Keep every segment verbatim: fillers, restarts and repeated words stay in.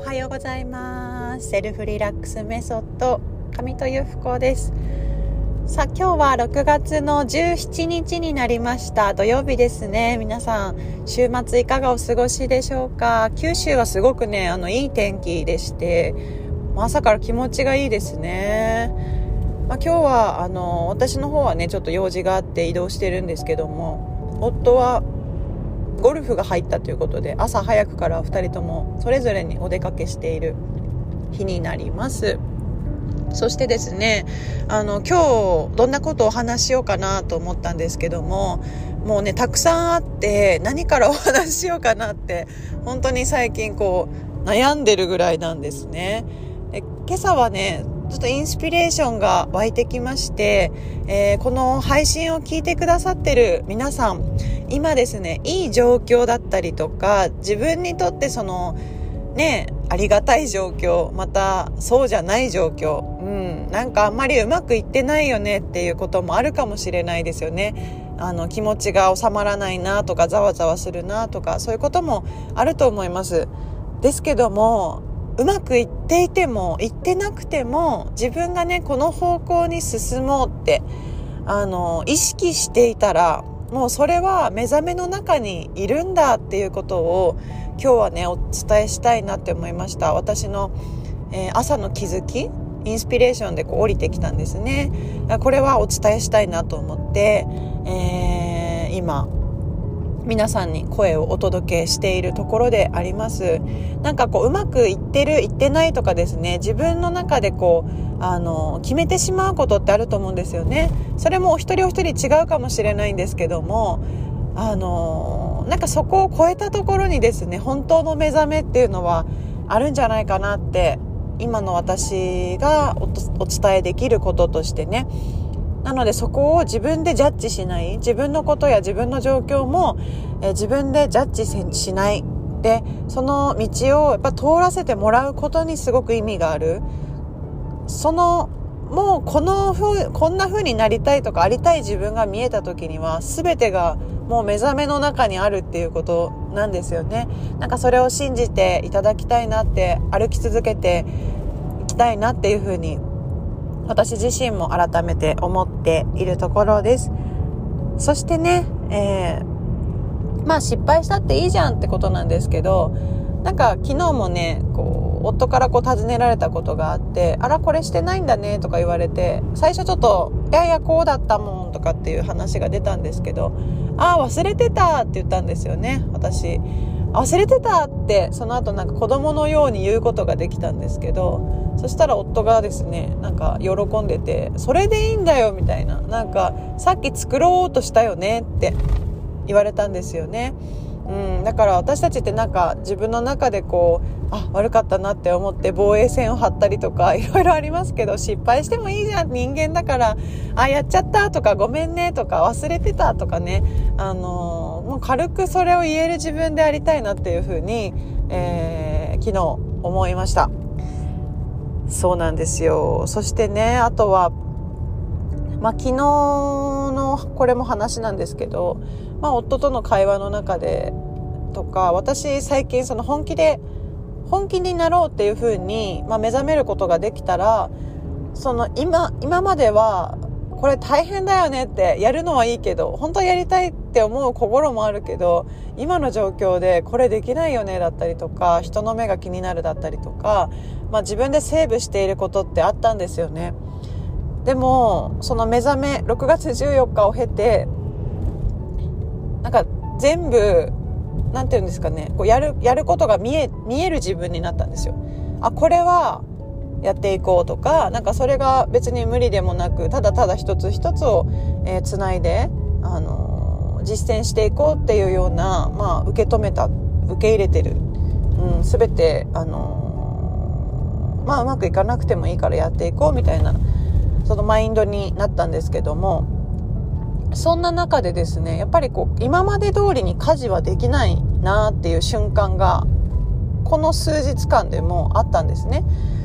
はようございます。セルフリラックスメソッド上戸由布子です。さあ今日はろくがつのじゅうしちにちになりました。土曜日ですね。皆さん週末いかがお過ごしでしょうか。九州はすごくねあのいい天気でして、朝から気持ちがいいですね。まあ、今日はあの私の方はねちょっと用事があって移動してるんですけども、夫はゴルフが入ったということで朝早くからふたりともそれぞれにお出かけしている日になります。そしてですねあの今日どんなことをお話ししようかなと思ったんですけども、もうねたくさんあって何からお話ししようかなって本当に最近こう悩んでるぐらいなんですね。で今朝はねちょっとインスピレーションが湧いてきまして、えー、この配信を聞いてくださってる皆さん、今ですねいい状況だったりとか、自分にとってそのねありがたい状況、またそうじゃない状況、うん、なんかあんまりうまくいってないよねっていうこともあるかもしれないですよね。あの気持ちが収まらないなとか、ざわざわするなとか、そういうこともあると思います。ですけどもうまくいっていてもいってなくても、自分がねこの方向に進もうってあの意識していたら、もうそれは目覚めの中にいるんだっていうことを今日はねお伝えしたいなって思いました。私の、えー、朝の気づき、インスピレーションでこう降りてきたんですね。これはお伝えしたいなと思って、えー、今皆さんに声をお届けしているところであります。なんかこううまくいってるいってないとかですね、自分の中でこうあの決めてしまうことってあると思うんですよね。それもお一人お一人違うかもしれないんですけども、あのなんかそこを超えたところにですね本当の目覚めっていうのはあるんじゃないかなって、今の私が お, お伝えできることとしてね。なのでそこを自分でジャッジしない、自分のことや自分の状況も、えー、自分でジャッジしないで、その道をやっぱ通らせてもらうことにすごく意味がある。そのもうこのふこんな風になりたいとかありたい自分が見えた時には全てがもう目覚めの中にあるっていうことなんですよね。なんかそれを信じていただきたいなって、歩き続けていきたいなっていう風に私自身も改めて思っているところです。そしてね、えー、まあ失敗したっていいじゃんってことなんですけど、なんか昨日もねこう夫からこう尋ねられたことがあって、あらこれしてないんだねとか言われて、最初ちょっといやいやこうだったもんとかっていう話が出たんですけど、あ忘れてたって言ったんですよね。私忘れてたってその後なんか子供のように言うことができたんですけど、そしたら夫がですねなんか喜んでて、それでいいんだよみたいな、なんかさっき作ろうとしたよねって言われたんですよね。うん、だから私たちってなんか自分の中でこうあ悪かったなって思って防衛線を張ったりとかいろいろありますけど、失敗してもいいじゃん、人間だから、あやっちゃったとかごめんねとか忘れてたとかね、あのー、もう軽くそれを言える自分でありたいなっていうふうに、えー、昨日思いました。そうなんですよ。そしてねあとは、まあ、昨日のこれも話なんですけど、まあ、夫との会話の中でとか、私最近その本気で本気になろうっていう風に、まあ、目覚めることができたら、その 今, 今まではこれ大変だよねってやるのはいいけど、本当はやりたいって思う心もあるけど、今の状況でこれできないよねだったりとか、人の目が気になるだったりとか、まあ、自分でセーブしていることってあったんですよね。でもその目覚めろくがつじゅうよっかを経て、なんか全部なんていうんですかね、こうやるやることが見え見える自分になったんですよ。あこれはやっていこうとか、なんかそれが別に無理でもなく、ただただ一つ一つを、えー、つないで、あのー、実践していこうっていうような、まあ、受け止めた受け入れてる、うん、全て、あのーまあ、うまくいかなくてもいいからやっていこうみたいなそのマインドになったんですけども、そんな中でですねやっぱりこう今まで通りに家事はできないなっていう瞬間がこの数日間でもあったんですね。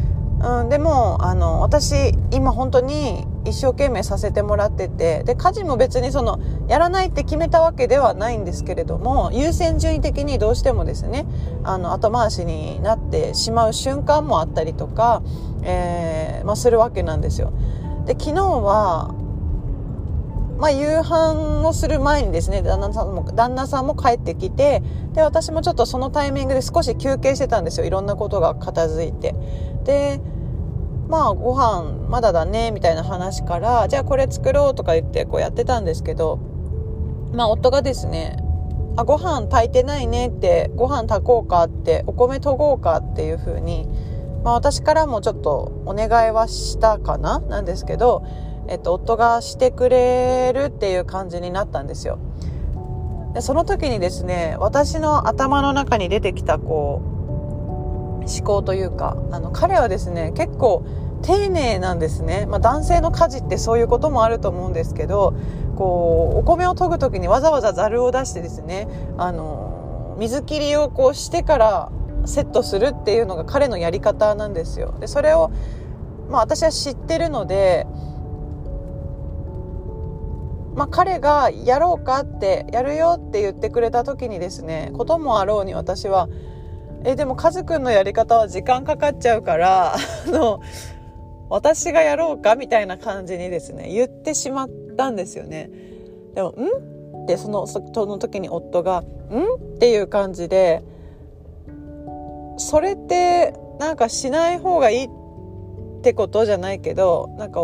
うん、でもあの私今本当に一生懸命させてもらってて、で家事も別にそのやらないって決めたわけではないんですけれども、優先順位的にどうしてもですね、あの後回しになってしまう瞬間もあったりとか、えーまあ、するわけなんですよ。で昨日は、まあ、夕飯をする前にですね、旦那さんも旦那さんも帰ってきて、で私もちょっとそのタイミングで少し休憩してたんですよ。いろんなことが片付いて、でまあご飯まだだねみたいな話から、じゃあこれ作ろうとか言ってこうやってたんですけど、まあ夫がですね、あご飯炊いてないねって、ご飯炊こうかって、お米研ごうかっていう風に、まあ私からもちょっとお願いはしたかななんですけど、えっと夫がしてくれるっていう感じになったんですよ。でその時にですね、私の頭の中に出てきたこう思考というか、あの彼はですね結構丁寧なんですね。まあ、男性の家事ってそういうこともあると思うんですけど、こうお米を研ぐ時にわざわざざるを出してですね、あの水切りをこうしてからセットするっていうのが彼のやり方なんですよ。でそれを、まあ、私は知ってるので、まあ、彼がやろうかってやるよって言ってくれた時にですね、こともあろうに私はえでもカズくんのやり方は時間かかっちゃうからあの私がやろうかみたいな感じにですね言ってしまったんですよね。でもんってそのその時に夫がんっていう感じで、それってなんかしない方がいいってことじゃないけど、なんか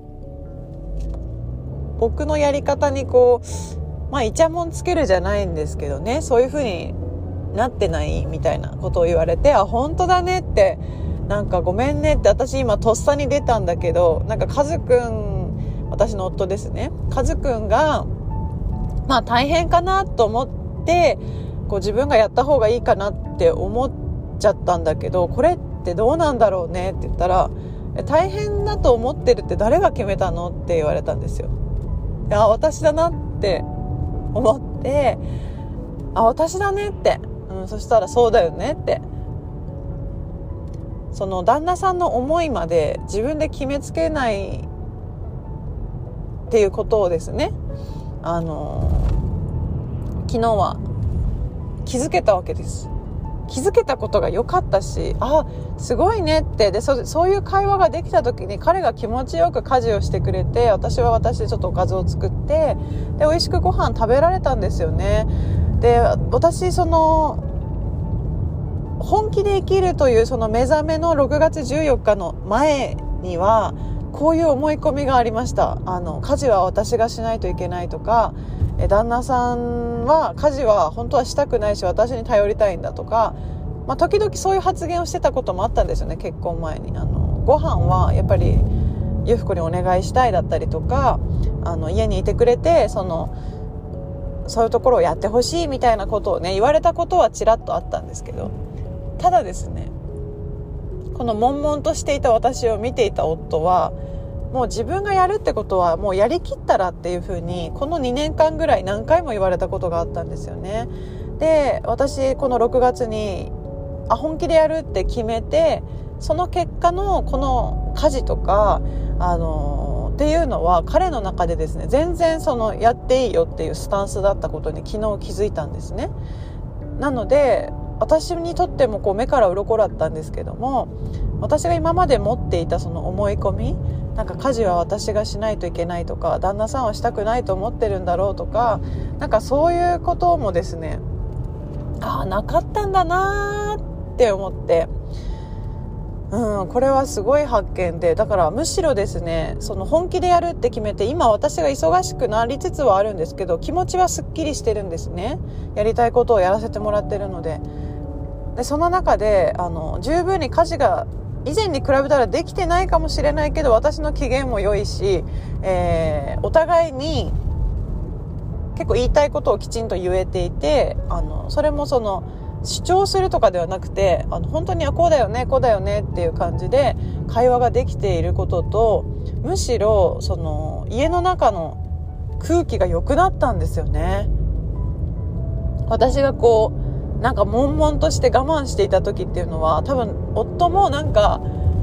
僕のやり方にこうまあイチャモンつけるじゃないんですけどね、そういう風になってないみたいなことを言われて、あ本当だねって、なんかごめんねって、私今とっさに出たんだけど、なんかカズくん、私の夫ですね、カズくんがまあ大変かなと思ってこう自分がやった方がいいかなって思っちゃったんだけど、これってどうなんだろうねって言ったら、大変だと思ってるって誰が決めたのって言われたんですよ。あ私だなって思って、あ私だねって、うん、そしたらそうだよねって、その旦那さんの思いまで自分で決めつけないっていうことをですね、あの昨日は気づけたわけです。気づけたことが良かったし、あすごいねって、で そ, そういう会話ができた時に彼が気持ちよく家事をしてくれて、私は私でちょっとおかずを作って、で美味しくご飯食べられたんですよね。で私その本気で生きるというその目覚めのろくがつじゅうよっかの前にはこういう思い込みがありました。あの家事は私がしないといけないとか、え旦那さんは家事は本当はしたくないし私に頼りたいんだとか、まあ、時々そういう発言をしてたこともあったんですよね。結婚前にあのご飯はやっぱりゆふこにお願いしたいだったりとか、あの家にいてくれてそのそういうところをやってほしいみたいなことをね言われたことはちらっとあったんですけど、ただですね、この悶々としていた私を見ていた夫は、もう自分がやるってことはもうやりきったらっていう風にこのにねんかんぐらい何回も言われたことがあったんですよね。で私このろくがつにあ本気でやるって決めて、その結果のこの家事とかあのっていうのは彼の中でですね全然そのやっていいよっていうスタンスだったことに昨日気づいたんですね。なので私にとってもこう目から鱗だったんですけども、私が今まで持っていたその思い込み、なんか家事は私がしないといけないとか、旦那さんはしたくないと思ってるんだろうとか、なんかそういうこともですね、ああなかったんだなって思って、うん、これはすごい発見で、だからむしろですね、その本気でやるって決めて、今私が忙しくなりつつはあるんですけど、気持ちはすっきりしてるんですね。やりたいことをやらせてもらってるので、でその中であの十分に家事が以前に比べたらできてないかもしれないけど、私の機嫌も良いし、えー、お互いに結構言いたいことをきちんと言えていて、あのそれもその主張するとかではなくて、あの本当にこうだよねこうだよねっていう感じで会話ができていることと、むしろその家の中の空気が良くなったんですよね。私がこうなんか悶々として我慢していた時っていうのは、多分夫もなんか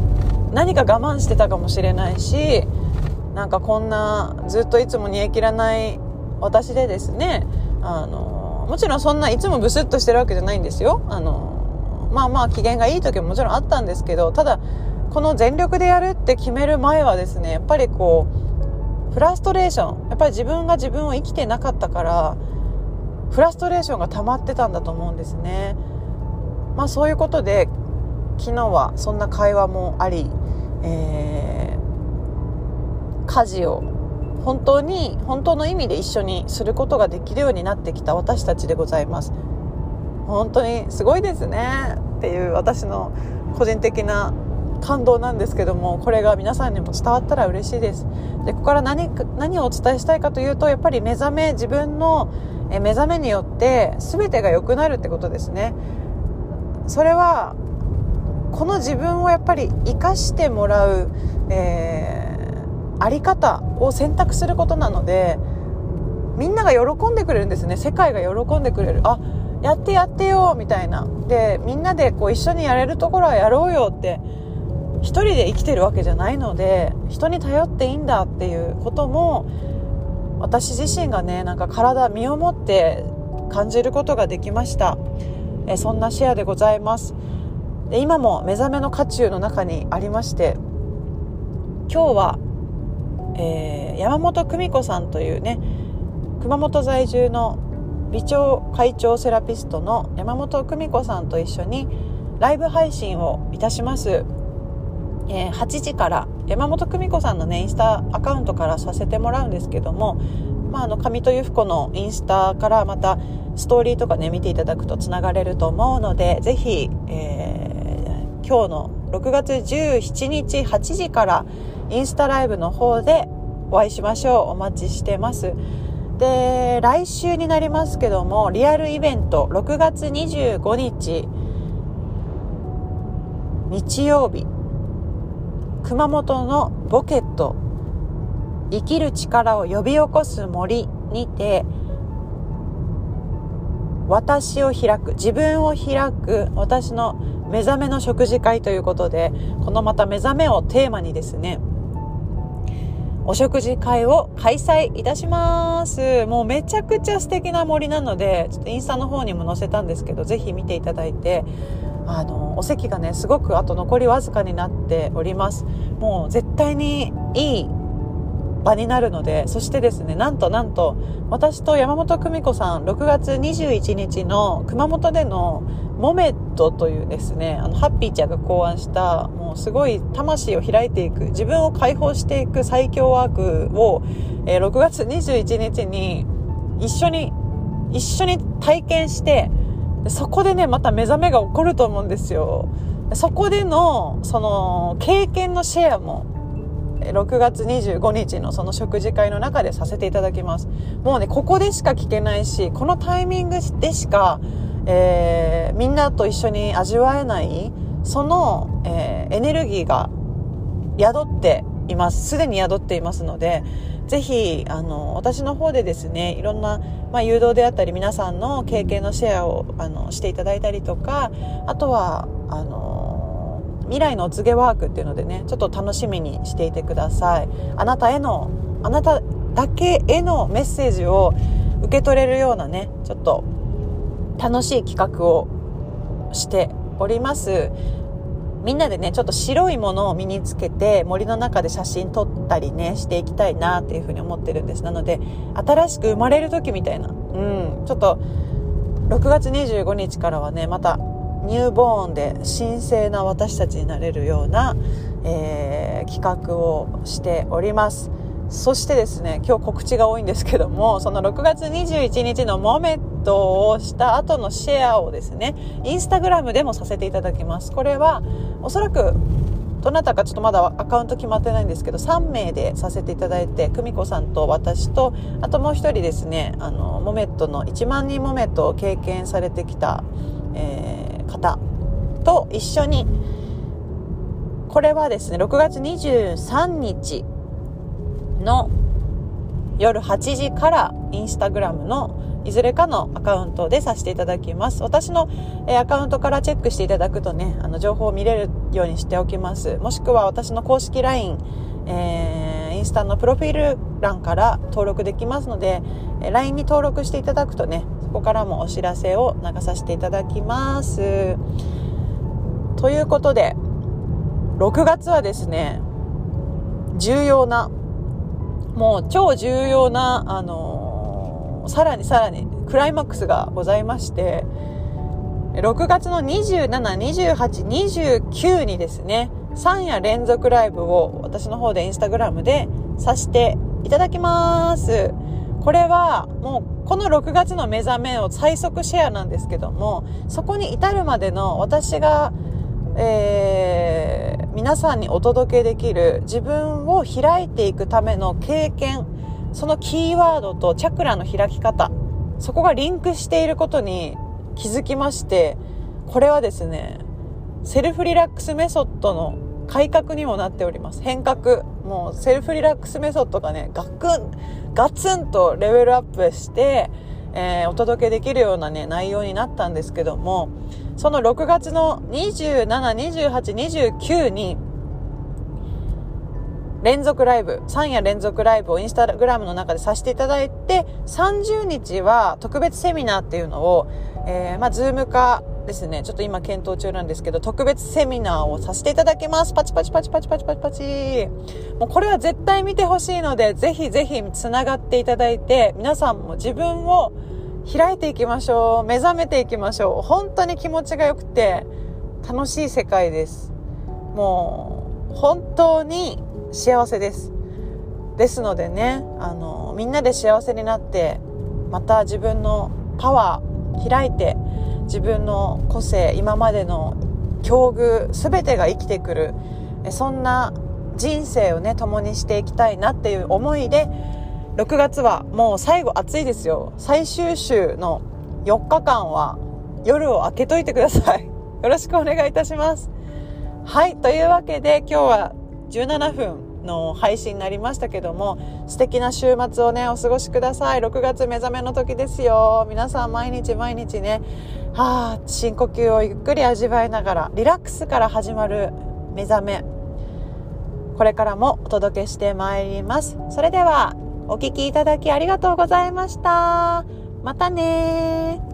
何か我慢してたかもしれないし、なんかこんなずっといつも煮え切らない私でですね、あのもちろんそんないつもブスッとしてるわけじゃないんですよ。あのまあまあ機嫌がいい時ももちろんあったんですけど、ただこの全力でやるって決める前はですね、やっぱりこうフラストレーション、やっぱり自分が自分を生きてなかったからフラストレーションが溜まってたんだと思うんですね。まあそういうことで昨日はそんな会話もあり、えー、家事を本当に本当の意味で一緒にすることができるようになってきた私たちでございます。本当にすごいですねっていう私の個人的な感動なんですけども、これが皆さんにも伝わったら嬉しいです。で、ここから何、何をお伝えしたいかというと、やっぱり目覚め、自分の目覚めによって全てが良くなるってことですね。それはこの自分をやっぱり生かしてもらう、えー、あり方を選択することなので、みんなが喜んでくれるんですね。世界が喜んでくれる。あ、やってやってよみたいな。で、みんなでこう一緒にやれるところはやろうよって、一人で生きてるわけじゃないので、人に頼っていいんだっていうことも私自身がね、なんか体身をもって感じることができました。えそんなシェアでございます。で、今も目覚めの渦中の中にありまして、今日は、えー、山本久美子さんというね、熊本在住の美腸快腸セラピストの山本久美子さんと一緒にライブ配信をいたします。えー、はちじから山本久美子さんのねインスタアカウントからさせてもらうんですけども、まあ、あの上戸由布子のインスタからまたストーリーとかね見ていただくとつながれると思うので、ぜひ、えー、今日のろくがつじゅうしちにちはちじからインスタライブの方でお会いしましょう。お待ちしてます。で、来週になりますけども、リアルイベントろくがつにじゅうごにち日曜日、熊本のボケット生きる力を呼び起こす森にて、私を開く、自分を開く私の目覚めの食事会ということで、このまた目覚めをテーマにですね、お食事会を開催いたします。もうめちゃくちゃ素敵な森なので、ちょっとインスタの方にも載せたんですけど、ぜひ見ていただいて、あのお席がねすごくあと残りわずかになっております。もう絶対にいい場になるので、そしてですね、なんとなんと私と山本久美子さん、ろくがつにじゅういちにちの熊本でのモメットというですね、あのハッピーちゃんが考案したもうすごい魂を開いていく、自分を解放していく最強ワークを、えー、ろくがつにじゅういちにちに一緒に一緒に体験して、そこでねまた目覚めが起こると思うんですよ。そこでのその経験のシェアもろくがつにじゅうごにちのその食事会の中でさせていただきます。もうねここでしか聞けないし、このタイミングでしか、えー、みんなと一緒に味わえないその、えー、エネルギーが宿っています。すでに宿っていますので、ぜひあの私の方でですね、いろんな、まあ、誘導であったり皆さんの経験のシェアをあのしていただいたりとか、あとはあの未来のお告げワークっていうのでね、ちょっと楽しみにしていてください。あなたへのあなただけへのメッセージを受け取れるようなね、ちょっと楽しい企画をしております。みんなでねちょっと白いものを身につけて森の中で写真撮ったりねしていきたいなっていうふうに思ってるんです。なので新しく生まれる時みたいな、うんちょっとろくがつにじゅうごにちからはねまたニューボーンで神聖な私たちになれるような、えー、企画をしております。そしてですね、今日告知が多いんですけども、そのろくがつにじゅういちにちのモメットをした後のシェアをですね、インスタグラムでもさせていただきます。これはおそらくどなたかちょっとまだアカウント決まってないんですけど、さんめいでさせていただいて、久美子さんと私とあともう一人ですね、あのモメットのいちまんにんモメットを経験されてきた、えー、方と一緒に、これはですねろくがつにじゅうさんにちの、 夜はちじからインスタグラムのいずれかのアカウントでさせていただきます。私の、えー、アカウントからチェックしていただくとね、あの情報を見れるようにしておきます。もしくは私の公式 ライン、えー、インスタのプロフィール欄から登録できますので、えー、ライン に登録していただくとね、そこからもお知らせを流させていただきます。ということで、ろくがつはですね、重要な、もう超重要な、あのー、さらにさらにクライマックスがございまして、ろくがつのにじゅうしち、にじゅうはち、にじゅうくにですね、さん夜連続ライブを私の方でインスタグラムでさせていただきます。これはもうこのろくがつの目覚めを最速シェアなんですけども、そこに至るまでの私が、えー、皆さんにお届けできる自分を開いていくための経験、そのキーワードとチャクラの開き方、そこがリンクしていることに気づきまして、これはですね、セルフリラックスメソッドの改革にもなっております。変革。もうセルフリラックスメソッドがね、ガクン、ガツンとレベルアップして、えー、お届けできるようなね、内容になったんですけども、そのろくがつのにじゅうしち、にじゅうはち、にじゅうくに連続ライブ、さん夜連続ライブをインスタグラムの中でさせていただいて、さんじゅうにちは特別セミナーっていうのを、えー、まあ、ズーム化ですね。ちょっと今検討中なんですけど、特別セミナーをさせていただきます。パチパチパチパチパチパチパチ。もうこれは絶対見てほしいので、ぜひぜひつながっていただいて、皆さんも自分を開いていきましょう。目覚めていきましょう。本当に気持ちが良くて楽しい世界です。もう本当に幸せです。ですのでね、あのみんなで幸せになって、また自分のパワー開いて、自分の個性、今までの境遇すべてが生きてくる、そんな人生をね共にしていきたいなっていう思いで、ろくがつはもう最後暑いですよ。最終週のよっかかんは夜を明けといてください。よろしくお願いいたします。はい、というわけで今日はじゅうななふんの配信になりましたけども、素敵な週末をねお過ごしください。ろくがつ目覚めの時ですよ。皆さん毎日毎日ね、はあ、深呼吸をゆっくり味わいながら、リラックスから始まる目覚め、これからもお届けしてまいります。それではお聞きいただきありがとうございました。またね。